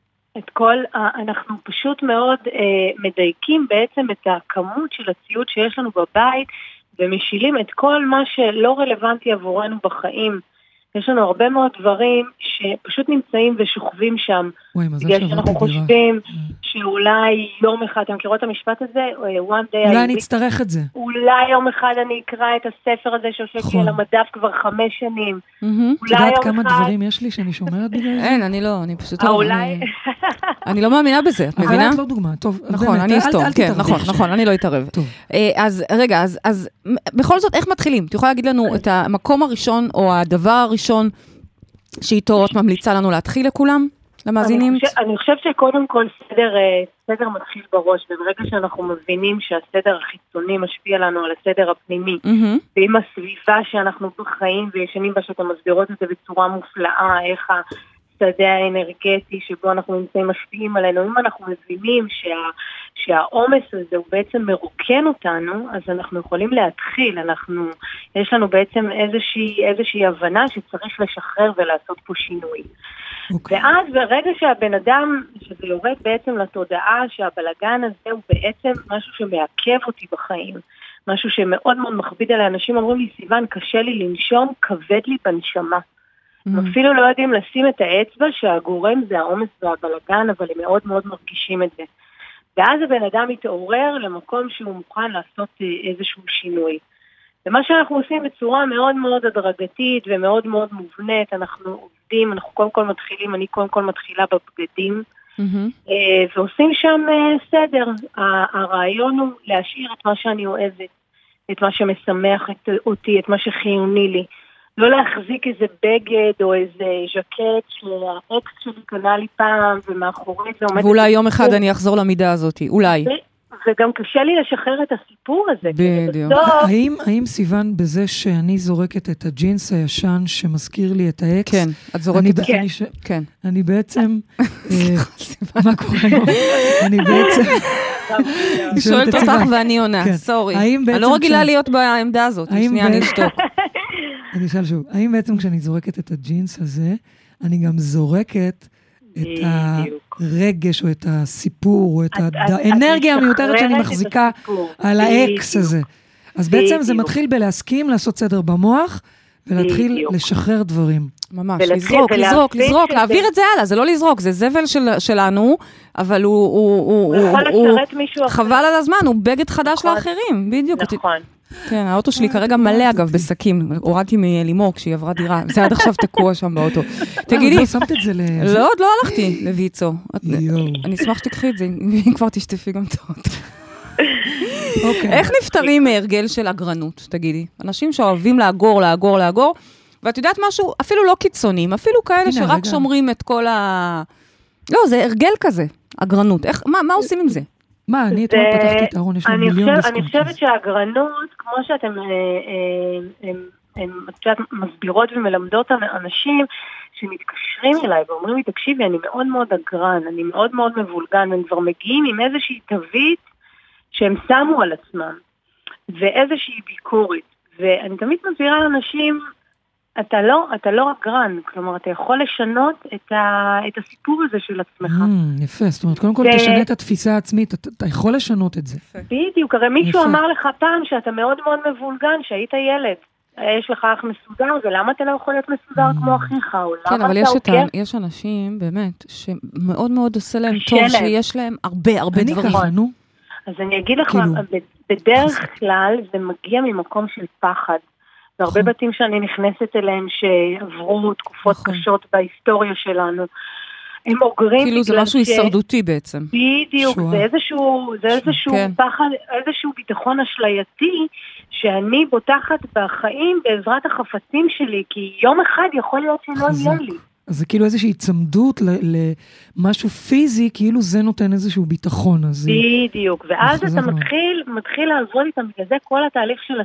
אנחנו פשוט מאוד מדייקים בעצם את הכמות של הציוד שיש לנו בבית, ומשילים את כל מה שלא רלוונטי עבורנו בחיים. יש לנו הרבה מאוד דברים שפשוט נמצאים ושוכבים שם. בגלל שאנחנו חושבים שאולי יום אחד, אתם מכירות את המשפט הזה? אולי אני אצטרך את זה. אולי יום אחד אני אקרא את הספר הזה שיושב לי על המדף כבר 5 שנים. את יודעת כמה דברים יש לי שאני שומרת בגלל זה? אין, אני לא, אני פשוט לא... אני לא מאמינה בזה, את מבינה? אבל את לא דוגמה, טוב. נכון, אני אסתום, כן, נכון, אני לא אתערב. אז רגע, אז בכל זאת, איך מתחילים? את יכולה להגיד לנו את המקום הראשון, או הדבר הראשון, שאיתו את ממליצה לנו להתחיל לכולם, למאזינים? אני חושבת שקודם כל סדר מתחיל בראש, וברגע שאנחנו מבינים שהסדר החיצוני משפיע לנו על הסדר הפנימי, ועם הסביבה שאנחנו בחיים וישנים בה, שאתם מסבירות את זה בצורה מופלאה, איך השדה האנרגטי שבו אנחנו נמצאים משפיעים עלינו, אם אנחנו מבינים שהעומס הזה הוא בעצם מרוקן אותנו, אז אנחנו יכולים להתחיל, יש לנו בעצם איזושהי הבנה שצריך לשחרר ולעשות פה שינוי. ואז ברגע שהבן אדם, שזה יורד בעצם לתודעה שהבלגן הזה הוא בעצם משהו שמעכב אותי בחיים, משהו שמאוד מאוד מכביד על האנשים, אומרים לי, סיוון, קשה לי לנשום, כבד לי בנשמה. הם אפילו לא יודעים לשים את האצבע שהגורם זה העומס והבלגן, אבל הם מאוד מאוד מרגישים את זה. ואז הבן אדם מתעורר למקום שהוא מוכן לעשות איזשהו שינוי. ומה שאנחנו עושים בצורה מאוד מאוד הדרגתית ומאוד מאוד מובנית, אנחנו עובדים, אנחנו קודם כל מתחילים, אני קודם כל מתחילה בבגדים, ועושים שם סדר. הרעיון הוא להשאיר את מה שאני אוהבת, את מה שמשמח אותי, את מה שחיוני לי. לא להחזיק איזה בגד או איזה ז'קט שהאקס שלי קנה לי פעם ומאחורי זה עומד... ואולי יום אחד אני אחזור למידה הזאת, אולי. וגם קשה לי לשחרר את הסיפור הזה. בדיוק. האם סיוון בזה שאני זורקת את הג'ינס הישן שמזכיר לי את האקס? כן, את זורקת... כן. אני בעצם... מה קורה היום? אני בעצם... אני שואלת אותך ואני עונה, סורי. אני לא רגילה להיות בעמדה הזאת, שנייה אני אשתוק. אני אשאל שוב, האם בעצם כשאני זורקת את הג'ינס הזה, אני גם זורקת את הרגש או את הסיפור, או את האנרגיה המיותרת שאני מחזיקה על האקס הזה. אז בעצם זה מתחיל בלהסכים, לעשות סדר במוח, ולהתחיל לשחרר דברים. ממש, לזרוק, להעביר את זה הלאה, זה לא לזרוק, זה זבל שלנו, אבל הוא חבל על הזמן, הוא בגד חדש לאחרים, בדיוק. נכון. כן, האוטו שלי כרגע מלא אגב בסקים, הורדתי מלימור כשהיא עברה דירה, זה עד עכשיו תקוע שם באוטו. תגידי, לא שמת את זה לא, עוד לא הלכתי לויצו. אני אשמח שתקחי את זה, אם כבר תשטפי גם את האוטו. איך נפטרים מהרגל של אגרנות, תגידי? אנשים שאוהבים לאגור, ואת יודעת משהו, אפילו לא קיצונים, אפילו כאלה שרק שומרים את כל לא, זה הרגל כזה, אגרנות. מה עושים עם זה? מה, אני אתמול פתחתי את הארון, יש לי מיליון בסקונט. אני חושבת שהאגרנות, כמו שאתם מסבירות ומלמדות אנשים שמתקשרים אליי ואומרים לי, תקשיבי, אני מאוד מאוד אגרן, אני מאוד מאוד מבולגן, והם כבר מגיעים עם איזושהי תווית שהם שמו על עצמם, ואיזושהי ביקורת. ואני תמיד מסבירה לאנשים, אתה לא אגרן, כלומר, אתה יכול לשנות את הסיפור הזה של עצמך. יפה, זאת אומרת, קודם כל תשנה את התפיסה העצמית, אתה יכול לשנות את זה. בדיוק, הרי מישהו אמר לך פעם שאתה מאוד מאוד מבולגן, שהיית ילד. יש לך אח מסודר, ולמה אתה לא יכול להיות מסודר כמו אחיך? כן, אבל יש אנשים, באמת, שמאוד מאוד עושה להם טוב, שיש להם הרבה דברים. אני ככה, נו. אז אני אגיד לך, בדרך כלל זה מגיע ממקום של פחד. והרבה בתים שאני נכנסת אליהם שעברו תקופות קשות בהיסטוריה שלנו, הם אוגרים כאילו זה משהו הישרדותי בעצם. בדיוק, זה איזשהו פחד, איזשהו ביטחון אשלייתי, שאני בוטחת בחיים בעזרת החפצים שלי, כי יום אחד יכול להיות שלא יהיה לי. אז זה כאילו איזושהי צמדות למשהו פיזי, כאילו זה נותן איזשהו ביטחון. בדיוק, ואז אתה מתחיל לעבוד איתם, בגלל זה כל התהליך של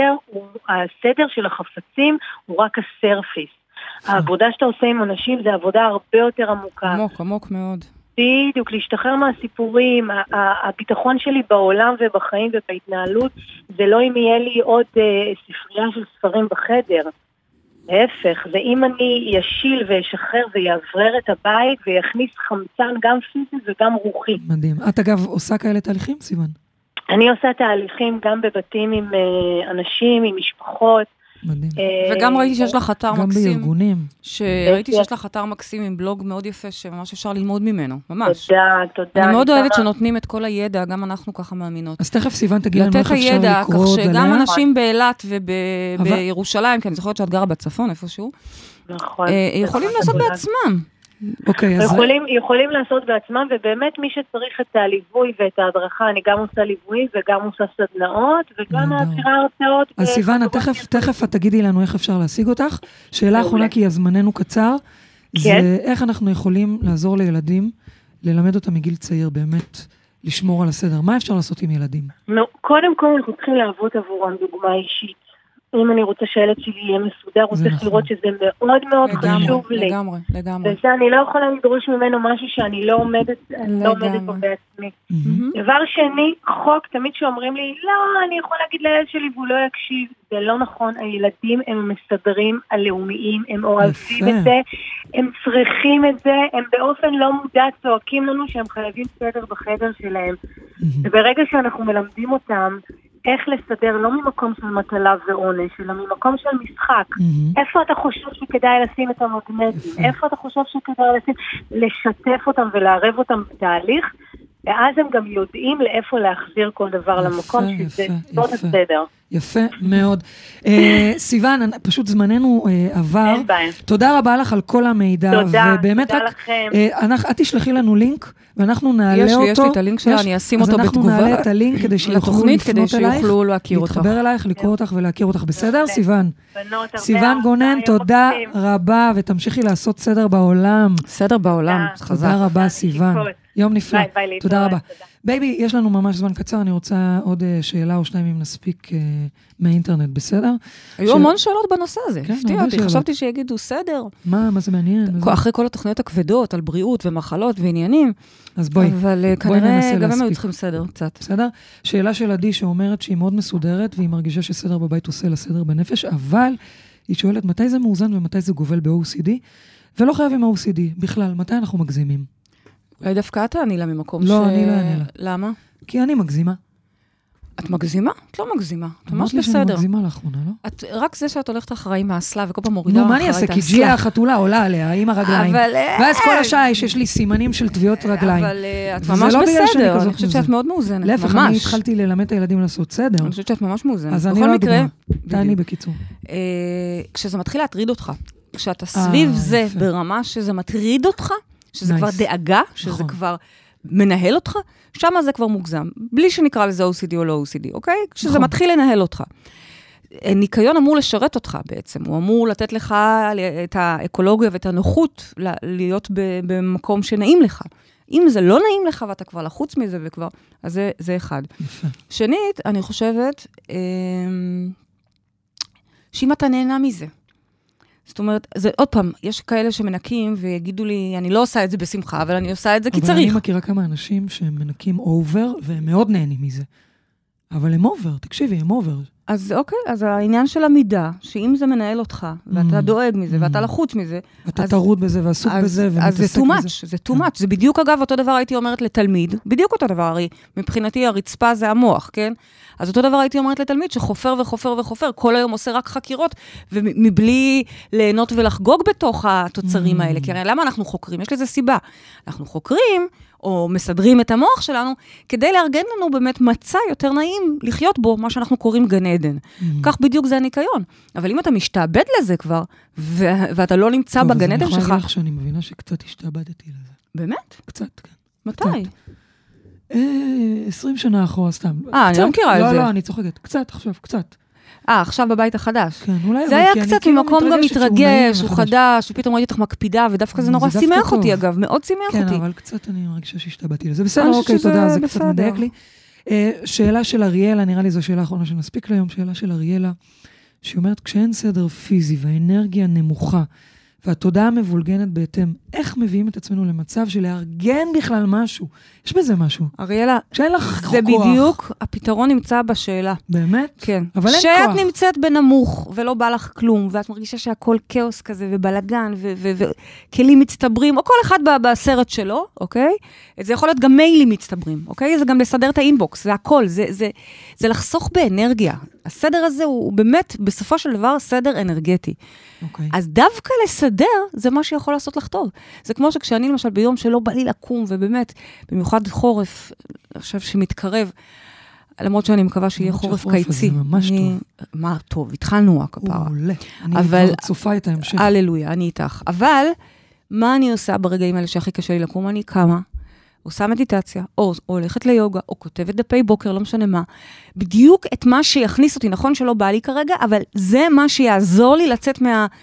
הסדר של החפצים הוא רק הסרפיס. העבודה שאתה עושה עם אנשים זה עבודה הרבה יותר עמוקה. עמוק מאוד. בדיוק, להשתחרר מהסיפורים, הביטחון שלי בעולם ובחיים ובהתנהלות, זה לא אם יהיה לי עוד ספרייה של ספרים בחדר. להפך, זה אם אני ישיל וישחרר ויעברר את הבית ויכניס חמצן גם פיזי וגם רוחי. מדהים. את אגב עושה כאלה תהליכים, סיוון? אני עושה תהליכים גם בבתים עם אנשים, עם משפחות. מדהים. וגם ראיתי שיש לך אתר מקסים. גם בארגונים. שראיתי שיש לך אתר מקסים עם בלוג מאוד יפה, שממש אפשר ללמוד ממנו, ממש. תודה. אני מאוד אוהבת שנותנים את כל הידע, גם אנחנו ככה מאמינות. אז תכף סיוון תגיד לנו איך אפשר לקרוא לתת הידע, כך שגם אנשים באילת ובירושלים, כי אני זוכרת שאת גרה בצפון איפשהו, יכולים לעשות בעצמם. יכולים לעשות בעצמם, ובאמת מי שצריך את הליווי ואת ההדרכה, אני גם עושה ליווי וגם עושה סדנאות, וגם מעבירה הרצאות. אז סיוון, תכף את תגידי לנו איך אפשר להשיג אותך. שאלה אחרונה, כי הזמננו קצר, זה איך אנחנו יכולים לעזור לילדים, ללמד אותם מגיל צעיר באמת, לשמור על הסדר. מה אפשר לעשות עם ילדים? קודם כל אנחנו צריכים לעבוד עבורם דוגמה אישית. אם אני רוצה שהילד שלי יהיה מסודר, הוא צריך לראות שזה מאוד מאוד חשוב לי. לגמרי. וזה אני לא יכולה לדרוש ממנו משהו שאני לא עומדת בו בעצמי. דבר שני, חוק, תמיד שאומרים לי, לא, אני יכול להגיד לילד שלי והוא לא יקשיב. זה לא נכון, הילדים הם מסדרים הלאומיים, הם אוהבים את זה, הם צריכים את זה, הם באופן לא מודע צועקים לנו שהם חייבים סדר בחדר שלהם. וברגע שאנחנו מלמדים אותם, איך לסדר, לא ממקום של מטלה ועונש, אלא ממקום של משחק. איפה אתה חושב שכדאי לשים את המגנטים? איפה אתה חושב שכדאי לשתף אותם ולערב אותם בתהליך? ואז הם גם יודעים לאיפה להחזיר כל דבר למקום, שזה זאת הסדר. יפה מאוד. סיוון, פשוט זמננו עבר. אין בעיה. תודה רבה לך על כל המידע. תודה לכם. את תשלחי לנו לינק, ואנחנו נעלה אותו. יש לי את הלינק שלה, אני אשים אותו בתגובה. אז אנחנו נעלה את הלינק כדי שיוכלו לפנות אלייך, להתחבר אלייך, לקרוא אותך ולהכיר אותך. בסדר, סיוון? סיוון גונן, תודה רבה, ותמשיכי לעשות סדר בעולם. סדר בעולם, חזק. תודה רבה, סיוון. יום נפלא. תודה רבה. בייבי, יש לנו ממש זמן קצר, אני רוצה עוד שאלה או שניים אם נספיק מהאינטרנט, בסדר? היו המון שאלות בנושא הזה, הפתיע אותי, חשבתי שיגידו סדר. מה זה מעניין? אחרי כל התוכניות הכבדות על בריאות ומחלות ועניינים, אז בואי כנראה גם הם היו צריכים סדר קצת. בסדר? שאלה של עדי שאומרת שהיא מאוד מסודרת, והיא מרגישה שסדר בבית עושה לה סדר בנפש, אבל היא שואלת מתי זה מאוזן ומתי זה גובל ב-OCD, ולא חייבים OCD, בכלל, מתי אנחנו מגזימים? אולי דווקא אתה עני לה ממקום לא, אני לא עני לה. למה? כי אני מגזימה. את מגזימה? את לא מגזימה. את ממש אמרת לי שאני בסדר. מגזימה לאחרונה, לא? רק זה שאת הולכת אחראי מהאסלה, וכל פעם מורידה נו, מה אני אחראי אעשה? את כי ג'יה החתולה עולה עליה עם הרגליים. אבל... ואז כל השעה יש לי סימנים של טביעות רגליים. אבל את וזה ממש לא בגלל שאני בסדר. כזאת אני חושבת שאת מאוד מאוזנת. להפך, אני התחלתי ללמד את הילדים לעשות סדר. אני חושבת שאת ממש מאוזנת. אז אני לא דוגמה. תעני בקיצור. כשזה מתחיל להטריד אותך, כשאתה סביב זה ברמה שזה מטריד אותך, שזה כבר דאגה, שזה כבר מנהל אותך, שם זה כבר מוגזם. בלי שנקרא לזה OCD או לא OCD, אוקיי? כשזה מתחיל לנהל אותך. ניקיון אמור לשרת אותך בעצם, הוא אמור לתת לך את האקולוגיה ואת הנוחות להיות במקום שנעים לך. אם זה לא נעים לך ואתה כבר לחוץ מזה וכבר, אז זה אחד. שנית, אני חושבת שאם אתה נהנה מזה, זאת אומרת, זה עוד פעם, יש כאלה שמנקים ויגידו לי, אני לא עושה את זה בשמחה, אבל אני עושה את זה כי צריך. אבל אני מכירה כמה אנשים שמנקים אובר, והם מאוד נהנים מזה. אבל הם אובר, תקשיבי, הם אובר. אז אוקיי, אז העניין של המידה, שאם זה מנהל אותך, ואתה דואג מזה, ואתה לחוץ מזה, אתה תרוד בזה ועסוק בזה, אז זה too much, זה too much. זה בדיוק, אגב, אותו דבר הייתי אומרת לתלמיד, בדיוק אותו דבר, הרי מבחינתי הרצפה זה המוח, כן? אז אותו דבר הייתי אומרת לתלמיד שחופר וחופר וחופר, כל היום עושה רק חקירות, ומבלי ליהנות ולחגוג בתוך התוצרים האלה. כי הרי למה אנחנו חוקרים? יש לזה סיבה. אנחנו חוקרים, או מסדרים את המוח שלנו, כדי לארגן לנו באמת מצע יותר נעים לחיות בו, מה שאנחנו קוראים גן עדן. כך בדיוק זה הניקיון. אבל אם אתה משתעבד לזה כבר, ואתה לא נמצא בגן עדן שלך... אז אני יכולה להגיד לך שאני מבינה שקצת השתעבדתי לזה. באמת? קצת, כן. מתי? 20 שנה אחורה סתם. אני לא מכירה את זה. לא, אני צוחקת. קצת, עכשיו, קצת. עכשיו בבית החדש. כן, אולי... זה היה קצת ממקום גם מתרגש, הוא חדש, ופתאום ראיתי אותך מקפידה, ודווקא זה נורא שימח אותי, אגב, מאוד שימח אותי. כן, אבל קצת אני מרגישה שהשתעבדתי לזה. בסדר, אוקיי, תודה, זה קצת מדייק לי. שאלה של אריאלה, נראה לי זו שאלה האחרונה שנספיק ליום, שאלה של אריאלה, שהיא אומרת, כשאין סדר פיזי והאנרגיה נמוכה, והתודעה מבולגנת בהתאם, איך מביאים את עצמנו למצב של לארגן בכלל משהו? יש בזה משהו. אריאלה, כשאין לך כוח. זה בדיוק, הפתרון נמצא בשאלה. באמת? כן. אבל אין כוח. שאת נמצאת בנמוך, ולא בא לך כלום, ואת מרגישה שהכל כאוס כזה, ובלגן, וכלים מצטברים, או כל אחד בסרט שלו, אוקיי? זה יכול להיות גם מיילים מצטברים, אוקיי? זה גם לסדר את האינבוקס, זה הכל, זה לחסוך באנרגיה. הסדר הזה הוא באמת, בסופו של דבר, סדר אנרגטי. אוקיי. אז דווקא לסדר, זה מה שיכול לעשות לך טוב. זה כמו שכשאני למשל ביום שלא בא לי לקום, ובאמת, במיוחד חורף, עכשיו שמתקרב, למרות שאני מקווה שיהיה חורף קיצי. זה ממש טוב. מה טוב, התחלנו רק הפערה. מעולה. אני כבר צופה את ההמשך. הללויה, אני איתך. אבל, מה אני עושה ברגעים האלה שהכי קשה לי לקום? אני קמה, עושה מדיטציה, או הולכת ליוגה, או כותבת דפי בוקר, לא משנה מה. בדיוק את מה שיכניס אותי, נכון שלא בא לי כרגע, אבל זה מה שיעזור לי לצאת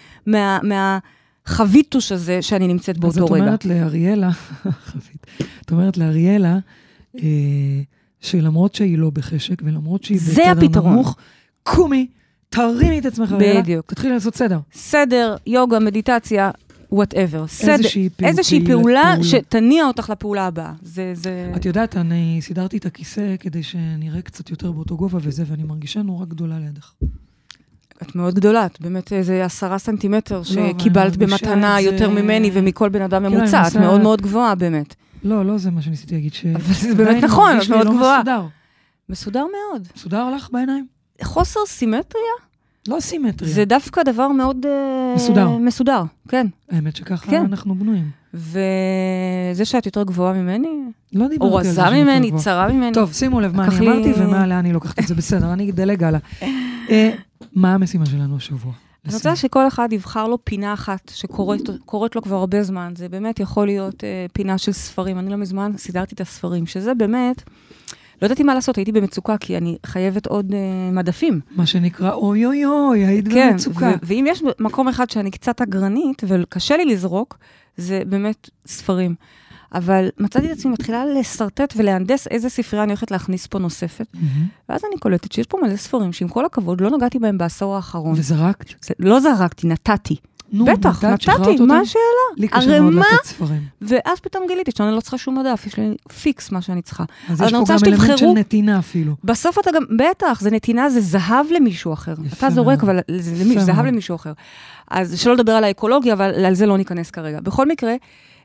מהחביטוש הזה שאני נמצאת באותו רגע. אז את אומרת לאריאלה, את אומרת לאריאלה, שלמרות שהיא לא בחשק, ולמרות שהיא בסדר נמוך, קומי, תרימי את עצמך אריאלה, תתחילי לעשות סדר. סדר, יוגה, מדיטציה, whatever. איזושהי פעולה שתניע אותך לפעולה הבאה. את יודעת, אני סידרתי את הכיסא כדי שנראה קצת יותר באותו גובה וזה, ואני מרגישה נורא גדולה לידך. את מאוד גדולה, את באמת איזה 10 סנטימטר שקיבלת במתנה יותר ממני ומכל בן אדם ממוצע, את מאוד מאוד גבוהה באמת. לא זה מה שניסיתי להגיד. אבל זה באמת נכון, את מאוד גבוהה. מסודר מאוד. מסודר לך בעיניים? חוסר סימטריה? לא סימטריה. זה דווקא דבר מאוד מסודר, כן. האמת שככה אנחנו בנויים. וזה שאת יותר גבוהה ממני, לא דיברתי או רזה ממני, צרה ממני. טוב, שימו לב מה אני אמרתי ומה לאן אני לוקחת את זה בסדר, אני אדלג הלאה. מה המשימה שלנו השבוע? אני רוצה שכל אחד יבחר לו פינה אחת שקורית לו כבר הרבה זמן. זה באמת יכול להיות פינה של ספרים. אני לא מזמן סידרתי את הספרים, שזה באמת... לא ידעתי מה לעשות, הייתי במצוקה, כי אני חייבת עוד מדפים. מה שנקרא, אוי אוי אוי, היית במצוקה. ואם יש מקום אחד שאני קצת אגרנית, וקשה לי לזרוק, זה באמת ספרים. אבל מצאתי את עצמי מתחילה לסרטט ולהנדס איזה ספרייה אני הולכת להכניס פה נוספת. ואז אני קולטת שיש פה מלא ספרים, שעם כל הכבוד לא נגעתי בהם בעשור האחרון. וזרקת? לא זרקתי, נתתי. בטח, נתתי, מה השאלה? לי קשה מאוד לתת ספרים. ואז פתאום גיליתי שאני לא צריכה שום מדף, יש לי פיקס מה שאני צריכה. אז יש פה גם אלמנט של נתינה אפילו. בסוף אתה גם, בטח, זה נתינה, זה זהב למישהו אחר. אתה זורק, אבל זה זהב למישהו אחר. אז שלא לדבר על האקולוגיה, אבל על זה לא ניכנס כרגע. בכל מקרה,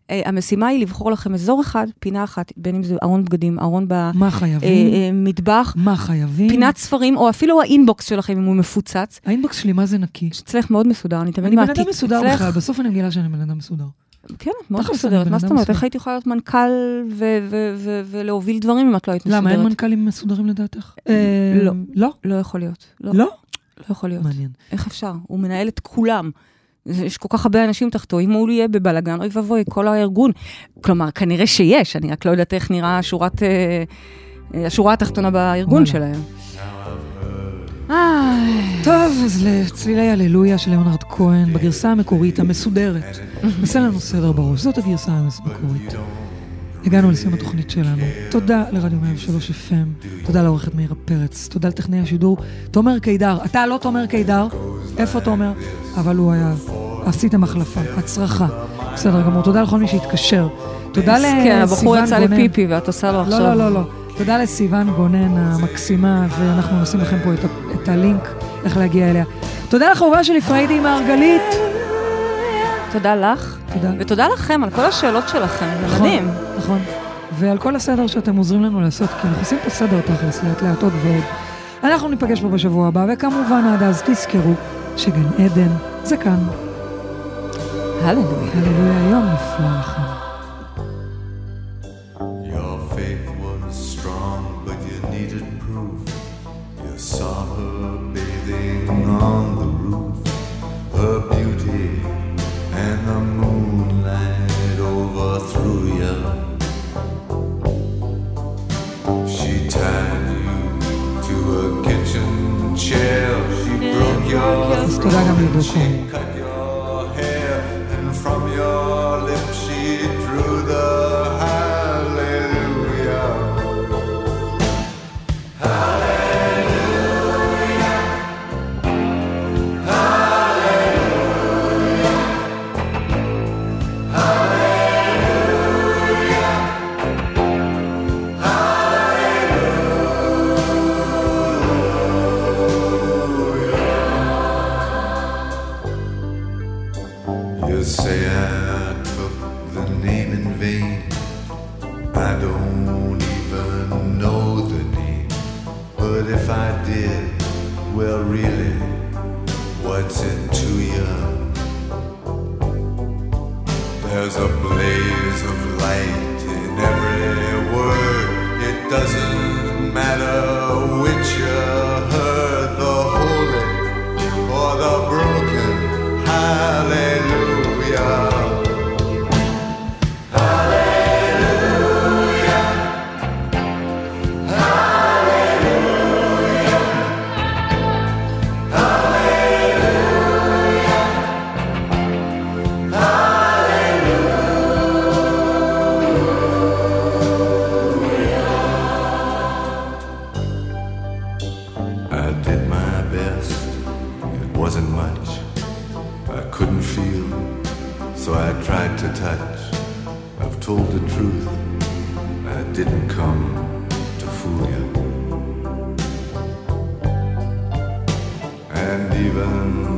המשימה היא לבחור לכם אזור אחד, פינה אחת, בין אם זה ארון בגדים, ארון במטבח, מה חייבים? פינת ספרים, או אפילו האינבוקס שלכם, אם הוא מפוצץ. האינבוקס שלי, מה זה נקי? אצלך מאוד מסודר, אני תמיד אני בן אדם מסודר בכלל, בסוף אני מגילה שאני בן אדם מסודר. כן, מאוד מסודרת. מה זאת אומרת? איך הייתי יכולה להיות מנכ"ל ולהוביל דברים אם את לא היית מסודרת? למה, אין מנכ"לים מסודרים לדעתך? לא. לא יכול להיות. לא? לא יכול להיות. מעניין. איך אפשר? הוא מנהל את כולם. יש כל כך הרבה אנשים תחתו, אם הוא יהיה בבלגן, אוי ובוי, כל הארגון. כלומר, כנראה שיש, אני רק לא יודעת איך נראה השורה התחתונה בארגון שלהם. טוב, אז לצלילי הללויה של ליאונרד כהן, בגרסה המקורית המסודרת. נעשה לנו סדר בראש, זאת הגרסה המקורית. הגענו לסיום התוכנית שלנו. תודה לרדיו 103 FM, תודה לעורכת מאירה פרץ, תודה לטכנאי השידור, תומר קידר. אתה לא תומר קידר? איפה תומר? אבל הוא היה, עשיתם החלפה, הצרחה. בסדר גמור, תודה לכל מי שהתקשר. תודה לסיוון גונן. כן, הבחור יצא לפיפי ואת עושה לו עכשיו. לא. תודה לסיוון גונן המקסימה, ואנחנו נשים לכם פה את הלינק, איך להגיע אליה. תודה לחברה שלי, פריידי מרגלית. תודה לך. תודה. ותודה לכם על כל השאלות שלכם. זה מדהים. נכון. ועל כל הסדר שאתם עוזרים לנו לעשות, כי אנחנו עושים פה סדר תכלס, לאט עוד ועוד. אנחנו ניפגש פה בשבוע הבא, וכמובן עד אז תזכרו שגן עדן זה כאן. הללויה. הללויה, יום נפלא לכם. Saw her bathing on the roof, her beauty and the moonlight overthrew you. She tied you to a kitchen chair, she broke your throat, she cut your hair, and from your lips she drew the hallelujah. Say I took the name in vain. I don't even know the name, but if I did, well really, what's it to you? There's a blaze of light in every word. It doesn't matter which you heard, the holy or the broken. Hallelujah. Hallelujah. Hallelujah. Hallelujah. Hallelujah. I did my best. It wasn't much. I couldn't feel, so I tried to touch. I've told the truth, I didn't come to fool you. And even